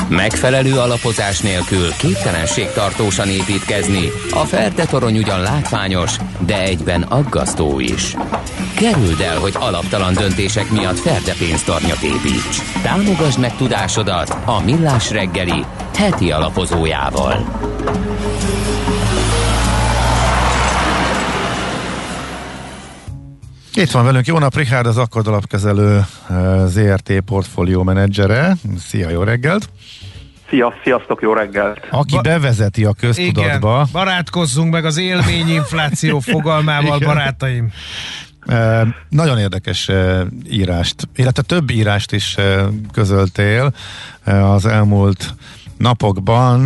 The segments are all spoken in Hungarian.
Megfelelő alapozás nélkül képtelenség tartósan építkezni. A Ferde-torony ugyan látványos, de egyben aggasztó is. Kerüld el, hogy alaptalan döntések miatt Ferde pénztarnyat építs. Támogasd meg tudásodat a Millás reggeli heti alapozójával. Itt van velünk, jó nap, Richárd, az Akkord Alapkezelő ZRT portfólió menedzsere. Szia, jó reggelt! Sziasztok, jó reggelt! Aki bevezeti a köztudatba... Igen, barátkozzunk meg az élményinfláció fogalmával, barátaim. Nagyon érdekes írást, illetve több írást is közöltél az elmúlt napokban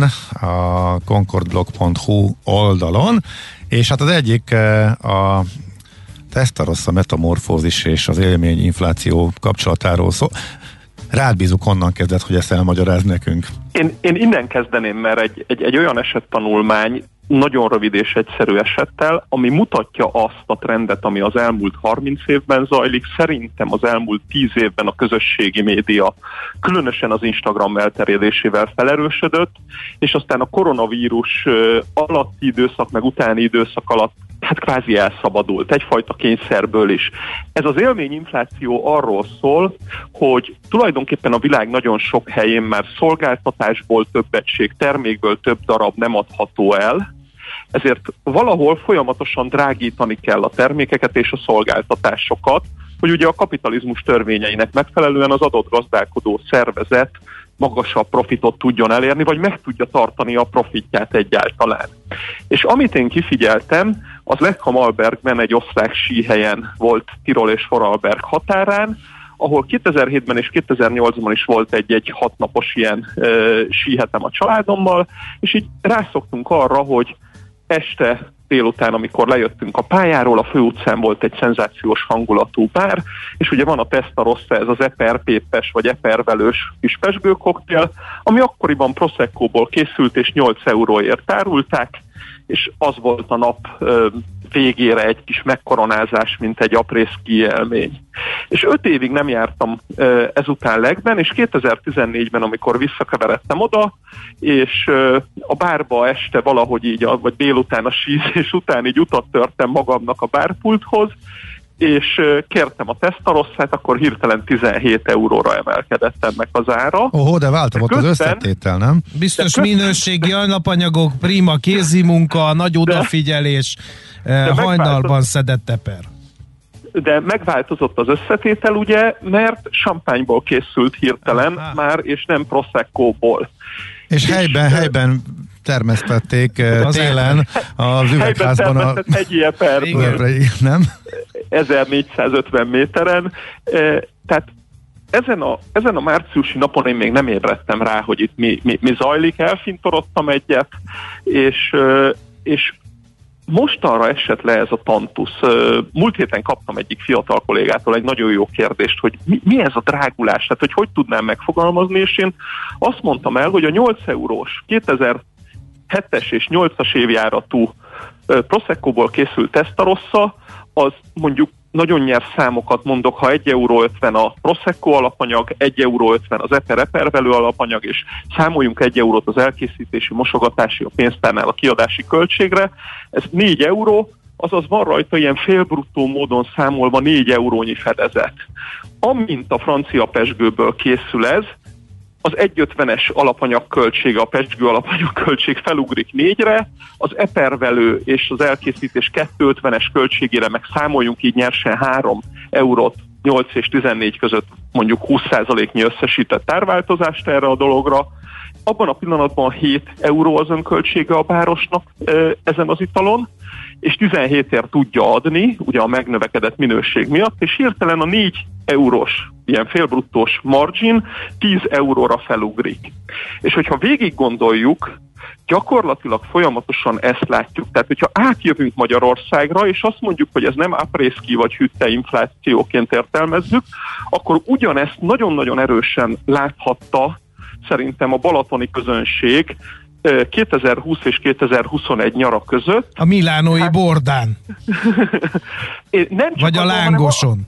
a concordblog.hu oldalon, és hát az egyik a Testarossa metamorfózis és az élményinfláció kapcsolatáról szól. Rád bízunk, honnan kezdett, hogy ezt elmagyarázd nekünk? Én innen kezdeném, mert egy olyan esettanulmány, nagyon rövid és egyszerű esettel, ami mutatja azt a trendet, ami az elmúlt 30 évben zajlik. Szerintem az elmúlt 10 évben a közösségi média, különösen az Instagram elterjedésével felerősödött, és aztán a koronavírus alatti időszak, meg utáni időszak alatt hát kvázi elszabadult, egyfajta kényszerből is. Ez az élményinfláció arról szól, hogy tulajdonképpen a világ nagyon sok helyén már szolgáltatásból több egység, termékből több darab nem adható el, ezért valahol folyamatosan drágítani kell a termékeket és a szolgáltatásokat, hogy ugye a kapitalizmus törvényeinek megfelelően az adott gazdálkodó szervezet magasabb profitot tudjon elérni, vagy meg tudja tartani a profitját egyáltalán. És amit én kifigyeltem, az Lecham-Albergben egy osztrák síhelyen volt, Tirol és Vorarlberg határán, ahol 2007-ben és 2008-ban is volt egy 6 napos ilyen síhetem a családommal, és így rászoktunk arra, hogy este délután, amikor lejöttünk a pályáról, a főutcán volt egy szenzációs hangulatú bár, és ugye van a Testarossa, ez az eperpépes vagy epervelős kis pezsgőkoktél, ami akkoriban Proseccóból készült, és 8 euróért árulták, és az volt a nap végére egy kis megkoronázás, mint egy aprészki élmény. És 5 évig nem jártam ezután Legben, és 2014-ben, amikor visszakeveredtem oda, és a bárba este valahogy így, vagy délután a sízés után így utat törtem magamnak a bárpulthoz, és kértem a Testarosszát, akkor hirtelen 17 euróra emelkedett ennek az ára. De változott az összetétel, nem? Biztos minőségi alapanyagok, prima kézimunka, nagy odafigyelés, hajnalban szedett eper. De megváltozott az összetétel, ugye, mert champagne-ból készült hirtelen már, és nem Proseccóból. És helyben termesztették télen az üvegházban a hegyi eperből, nem? 1450 méteren. Tehát ezen a márciusi napon én még nem ébredtem rá, hogy itt mi zajlik. Elfintorodtam egyet, és mostanra esett le ez a tantusz. Múlt héten kaptam egyik fiatal kollégától egy nagyon jó kérdést, hogy mi ez a drágulás, tehát hogy tudnám megfogalmazni, és én azt mondtam el, hogy a 8 eurós 2007-es és 8-as évjáratú Proseccóból készült Testarossa, az mondjuk nagyon nyers számokat mondok, ha 1,50 euró a Prosecco alapanyag, 1,50 euró az epervelő alapanyag, és számoljunk 1 eurót az elkészítési, mosogatási, a pénztárnál a kiadási költségre, ez 4 euró, azaz van rajta ilyen félbruttó módon számolva 4 eurónyi fedezet. Amint a francia pezsgőből készül ez, az 1,50-es alapanyag költsége, a pezsgő alapanyag költség felugrik 4-re, az epervelő és az elkészítés 2,50-es költségére meg számoljunk így nyersen 3 eurót 8 és 14 között mondjuk 20%-nyi összesített árváltozást erre a dologra. Abban a pillanatban 7 euró az önköltsége a bárosnak ezen az italon, és 17-ért tudja adni, ugye a megnövekedett minőség miatt, és hirtelen a 4 eurós, ilyen félbruttós margin 10 euróra felugrik. És hogyha végig gondoljuk, gyakorlatilag folyamatosan ezt látjuk. Tehát, hogyha átjövünk Magyarországra, és azt mondjuk, hogy ez nem aprészki vagy hütte inflációként értelmezzük, akkor ugyanezt nagyon-nagyon erősen láthatta szerintem a balatoni közönség 2020 és 2021 nyara között. A milánói bordán. Nem vagy a lángoson.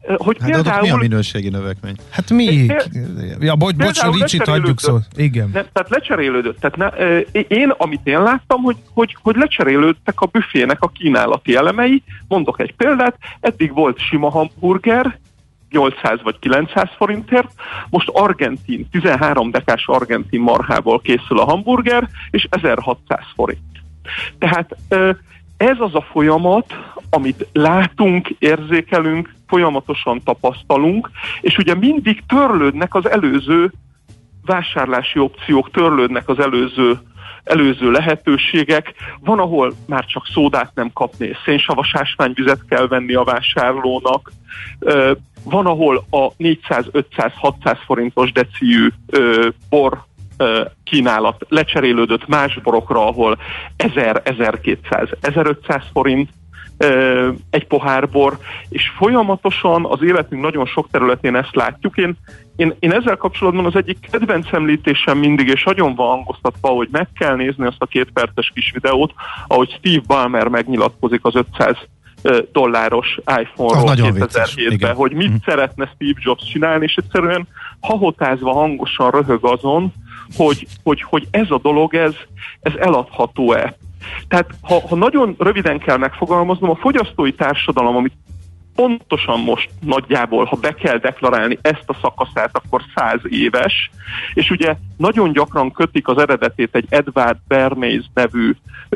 hogy hát például... mi a minőségi növekmény? Hát mi? Bocs, Ricsit hagyjuk szó. Igen. Tehát lecserélődött. Tehát amit én láttam, hogy lecserélődtek a büfének a kínálati elemei. Mondok egy példát, eddig volt sima hamburger, 800 vagy 900 forintért, most 13 dekás argentin marhából készül a hamburger, és 1600 forint. Tehát ez az a folyamat, amit látunk, érzékelünk, folyamatosan tapasztalunk, és ugye mindig törlődnek az előző vásárlási opciók, törlődnek az előző lehetőségek. Van, ahol már csak szódát nem kapni, szénsavas ásványvizet kell venni a vásárlónak. Van, ahol a 400, 500, 600 forintos decijű bor kínálat lecserélődött más borokra, ahol 1000, 1200, 1500 forint egy pohár bor, és folyamatosan az életünk nagyon sok területén ezt látjuk. Én ezzel kapcsolatban az egyik kedvenc említésem mindig, és nagyon van hangoztatva, hogy meg kell nézni azt a 2 perces kis videót, ahogy Steve Ballmer megnyilatkozik az $500 iPhone-ról 2007-ben, hogy mit szeretne Steve Jobs csinálni, és egyszerűen hahotázva hangosan röhög azon, hogy ez a dolog, ez eladható-e. Tehát ha nagyon röviden kell megfogalmaznom, a fogyasztói társadalom, amit pontosan most nagyjából, ha be kell deklarálni ezt a szakaszát, akkor 100 éves, és ugye nagyon gyakran kötik az eredetét egy Edward Bernays nevű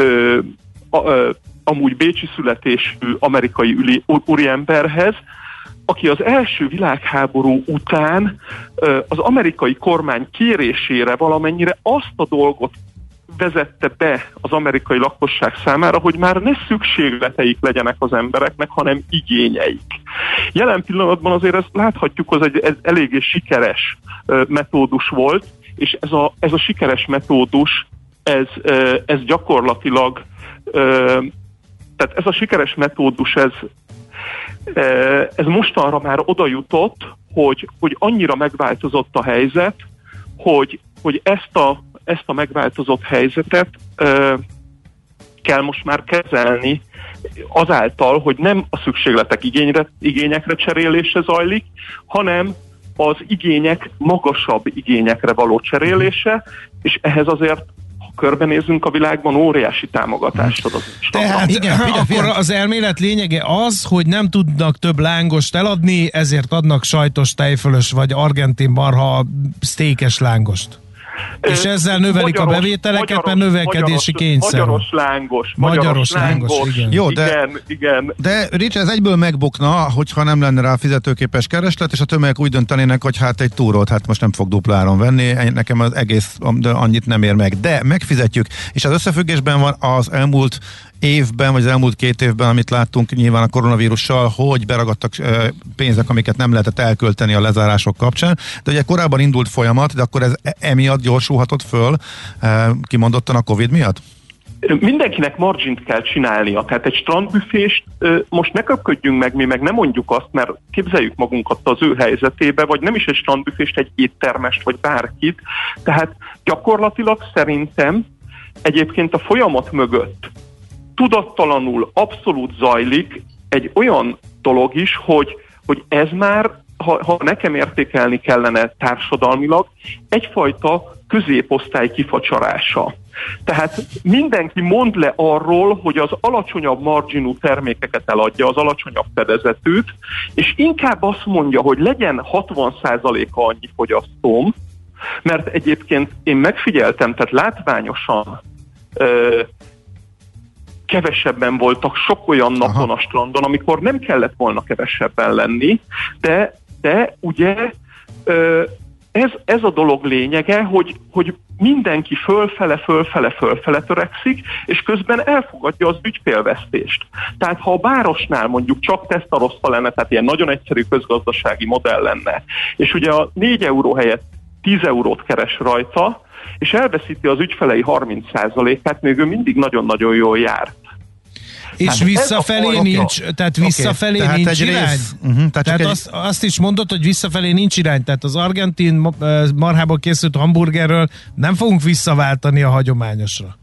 amúgy bécsi születésű amerikai úriemberhez, aki az első világháború után az amerikai kormány kérésére valamennyire azt a dolgot vezette be az amerikai lakosság számára, hogy már ne szükségleteik legyenek az embereknek, hanem igényeik. Jelen pillanatban azért ezt láthatjuk, az egy eléggé sikeres metódus volt, és ez a sikeres metódus, ez gyakorlatilag, tehát ez a sikeres metódus, ez mostanra már oda jutott, hogy annyira megváltozott a helyzet, hogy ezt a megváltozott helyzetet kell most már kezelni azáltal, hogy nem a szükségletek igényekre cserélése zajlik, hanem az igények magasabb igényekre való cserélése, és ehhez azért, ha körbenézünk a világban, óriási támogatást ad az Instagram. Tehát igen, akkor az elmélet lényege az, hogy nem tudnak több lángost eladni, ezért adnak sajtos, tejfölös vagy argentin marha sztékes lángost. És ezzel növelik a bevételeket, mert növekedési kényszer. Magyaros lángos, igen. Jó, igen. De Rich, ez egyből megbukna, hogyha nem lenne rá fizetőképes kereslet, és a tömegek úgy döntenének, hogy hát egy túrót, hát most nem fog dupláron venni, nekem az egész annyit nem ér meg. De megfizetjük, és az összefüggésben van az elmúlt évben, vagy az elmúlt 2 évben, amit láttunk nyilván a koronavírussal, hogy beragadtak pénzek, amiket nem lehetett elkölteni a lezárások kapcsán, de ugye korábban indult folyamat, de akkor ez emiatt gyorsulhatott föl, kimondottan a Covid miatt? Mindenkinek margint kell csinálnia, tehát egy strandbüfést most ne köpködjünk meg, mi meg nem mondjuk azt, mert képzeljük magunkat az ő helyzetébe, vagy nem is egy strandbüfést, egy éttermest, vagy bárkit, tehát gyakorlatilag szerintem egyébként a folyamat mögött tudattalanul abszolút zajlik egy olyan dolog is, hogy ez már, ha nekem értékelni kellene társadalmilag, egyfajta középosztály kifacsarása. Tehát mindenki mond le arról, hogy az alacsonyabb marginú termékeket eladja, az alacsonyabb fedezetűt, és inkább azt mondja, hogy legyen 60%-a annyi fogyasztóm, mert egyébként én megfigyeltem, tehát látványosan kevesebben voltak sok olyan napon a strandon, amikor nem kellett volna kevesebben lenni, de ugye ez a dolog lényege, hogy mindenki fölfele törekszik, és közben elfogadja az ügyfélvesztést. Tehát ha a bárosnál mondjuk csak tesztaroszta lenne, tehát ilyen nagyon egyszerű közgazdasági modell lenne, és ugye a 4 euró helyett 10 eurót keres rajta, és elveszíti az ügyfelei 30%-át, még ő mindig nagyon-nagyon jól jár. És visszafelé nincs, tehát visszafelé nincs irány? Tehát azt is mondod, hogy visszafelé nincs irány, tehát az argentin marhából készült hamburgerről nem fogunk visszaváltani a hagyományosra.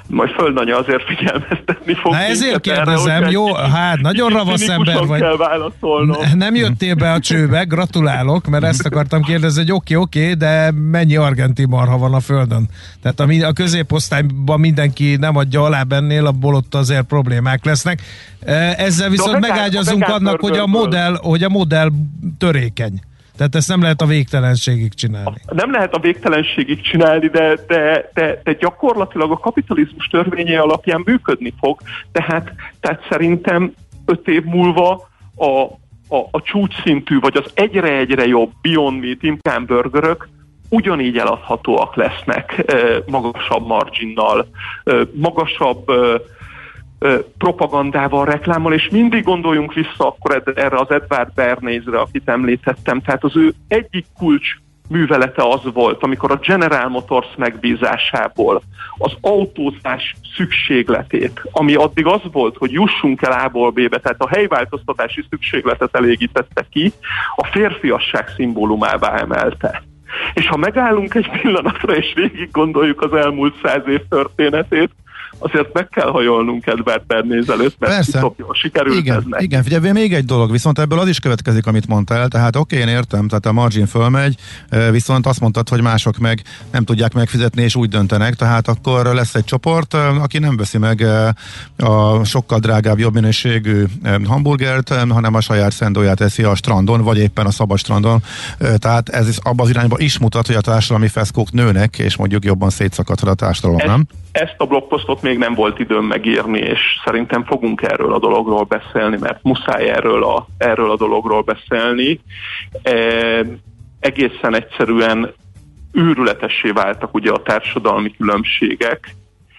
majd Földanya azért figyelmeztetni fog. Na ezért kérdezem, jó, hát nagyon ravasz ember vagy. Kell válaszolnom. Nem jöttél be a csőbe, gratulálok, mert ezt akartam kérdezni, hogy oké, de mennyi argentin marha van a Földön? Tehát a középosztályban mindenki nem adja alá bennél, abból ott azért problémák lesznek. Ezzel viszont megágyazunk annak, hogy a modell törékeny. Tehát ezt nem lehet a végtelenségig csinálni. Nem lehet a végtelenségig csinálni, de gyakorlatilag a kapitalizmus törvényei alapján működni fog. Tehát szerintem 5 év múlva a csúcsszintű, vagy az egyre jobb Beyond Meat, Imkán burgerök ugyanígy eladhatóak lesznek magasabb marginnal, magasabb propagandával, reklámmal, és mindig gondoljunk vissza akkor erre az Edward Bernaysre, akit említettem. Tehát az ő egyik kulcs művelete az volt, amikor a General Motors megbízásából az autózás szükségletét, ami addig az volt, hogy jussunk el A-ból B-be, tehát a helyváltoztatási szükségletet elégítette ki, a férfiasság szimbólumává emelte. És ha megállunk egy pillanatra, és végig gondoljuk az elmúlt 100 év történetét, azért meg kell hajolnunk Edward Bernays előtt, mert jól sikerült ez neki. Igen, figyelj, még egy dolog, viszont ebből az is következik, amit mondtál, tehát oké, én értem, tehát a margin fölmegy, viszont azt mondtad, hogy mások meg nem tudják megfizetni, és úgy döntenek, tehát akkor lesz egy csoport, aki nem veszi meg a sokkal drágább, jobb minőségű hamburgert, hanem a saját szendóját eszi a strandon, vagy éppen a szabad strandon, tehát ez abban az irányba is mutat, hogy a társadalmi feszkók nőnek, és mondjuk jobban szétszakadhat a társadalom, nem? Ezt a blogposztot még nem volt időm megírni, és szerintem fogunk erről a dologról beszélni, mert muszáj erről a dologról beszélni. Egészen egyszerűen őrületessé váltak ugye a társadalmi különbségek,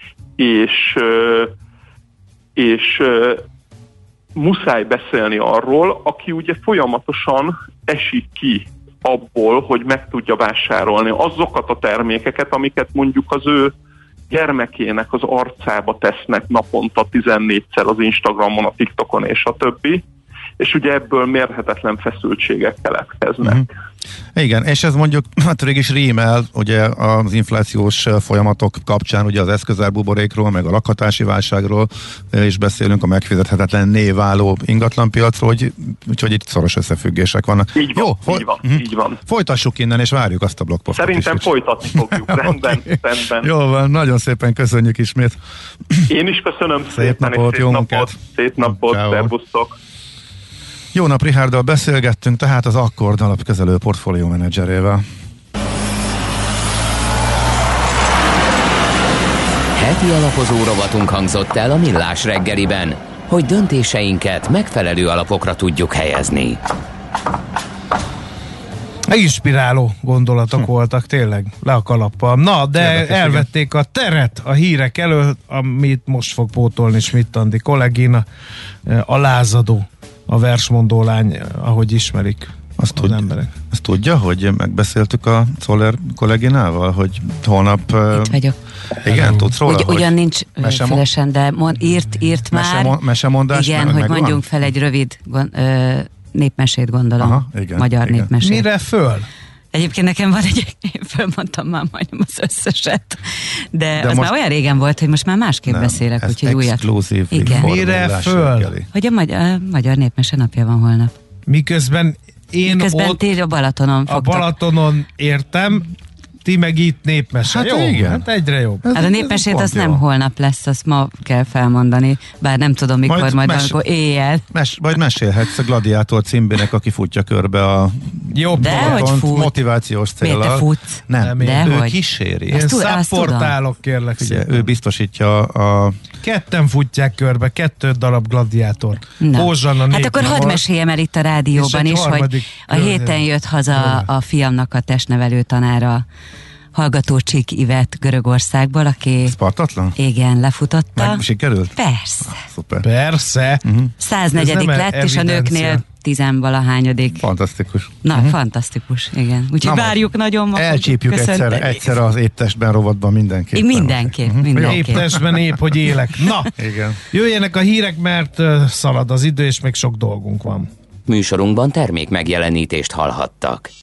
és muszáj beszélni arról, aki ugye folyamatosan esik ki abból, hogy meg tudja vásárolni azokat a termékeket, amiket mondjuk az ő gyermekének az arcába tesznek naponta 14-szer az Instagramon, a TikTokon és a többi, és ugye ebből mérhetetlen feszültségek keletkeznek. Igen, és ez mondjuk hát rég is rímel, ugye az inflációs folyamatok kapcsán, ugye az eszközárbuborékról, meg a lakhatási válságról is beszélünk, a megfizethetetlen névváló ingatlanpiacról, úgyhogy itt szoros összefüggések vannak. Így van, jó, így van. Folytassuk innen, és várjuk azt a blogposztot. Szerintem is folytatni fogjuk, rendben. Jó van, nagyon szépen köszönjük ismét. Én is köszönöm szép napot, jó munkát. Szép napot, szervusztok. Jó nap, Richárddal beszélgettünk, tehát az Akkord alapkezelő portfólió menedzserével. Heti alapozó rovatunk hangzott el a Millás reggeliben, hogy döntéseinket megfelelő alapokra tudjuk helyezni. Inspiráló gondolatok voltak, tényleg, le a kalappal. Na, de érdekes, elvették a teret a hírek elől, amit most fog pótolni Schmidt-Andi kollégina, a lázadó, a versmondó lány, ahogy ismerik az emberek. Azt tudja, hogy megbeszéltük a Czoller kolléginával, hogy holnap... Itt vagyok. Igen, tudsz róla? Ugyan nincs fülesen, de írt már. Mesemondás? Igen, hogy mondjunk fel egy rövid népmesét, gondolom. Aha, igen, magyar igen. népmesét. Mire föl? Egyébként nekem van én fölmondtam már majdnem az összeset, de az már olyan régen volt, hogy most már másképp beszélek, úgyhogy újat. Exkluzív. Igen. Mire föl? Hogy a magyar népmese napja van holnap. Miközben ott a Balatonon fogtok. A Balatonon értem, ti meg itt népmese. Hát jó, igen. Hát egyre jobb. Hát a népmesét az nem holnap lesz, azt ma kell felmondani, bár nem tudom mikor, majd amikor éjjel. Vagy mesélhetsz a Gladiátor címbének, aki futja körbe a jobb motivációs céllal. Miért te futsz? Nem, ő kíséri. Én szapportálok, kérlek szépen. Ő biztosítja a... Ketten futják körbe, 2 darab gladiátor. Hát akkor hadd meséljem el itt a rádióban is, hogy a héten jött haza a fiamnak a testnevelő tanára, Hallgató Csík Ivett Görögországból, aki... Spartatlan? Igen, lefutotta. Meg sikerült? Persze. Szuper. Persze. 104. lett, és a nőknél 10-valahányadik. Fantasztikus. Na, fantasztikus, igen. Úgyhogy várjuk nagyon ma. Elcsípjük egyszer az épptestben rovatban mindenképp. Mindenképp. Épptestben épp, hogy élek. Na, igen. Jöjjenek a hírek, mert szalad az idő, és még sok dolgunk van. Műsorunkban termék megjelenítést hallhattak.